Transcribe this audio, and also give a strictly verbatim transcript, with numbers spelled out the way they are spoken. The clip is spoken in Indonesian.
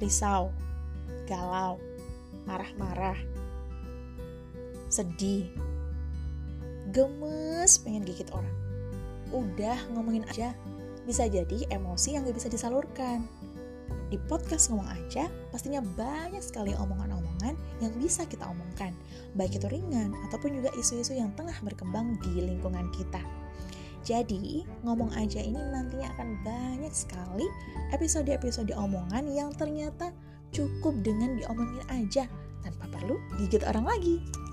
risau, galau, marah-marah, sedih, gemes pengen gigit orang. Udah ngomongin aja, bisa jadi emosi yang gak bisa disalurkan. Di podcast Ngomong Aja, pastinya banyak sekali omongan-omongan yang bisa kita omongkan, baik itu ringan ataupun juga isu-isu yang tengah berkembang di lingkungan kita. Jadi, Ngomong Aja ini nantinya akan banyak sekali episode-episode omongan yang ternyata cukup dengan diomongin aja, tanpa perlu gigit orang lagi.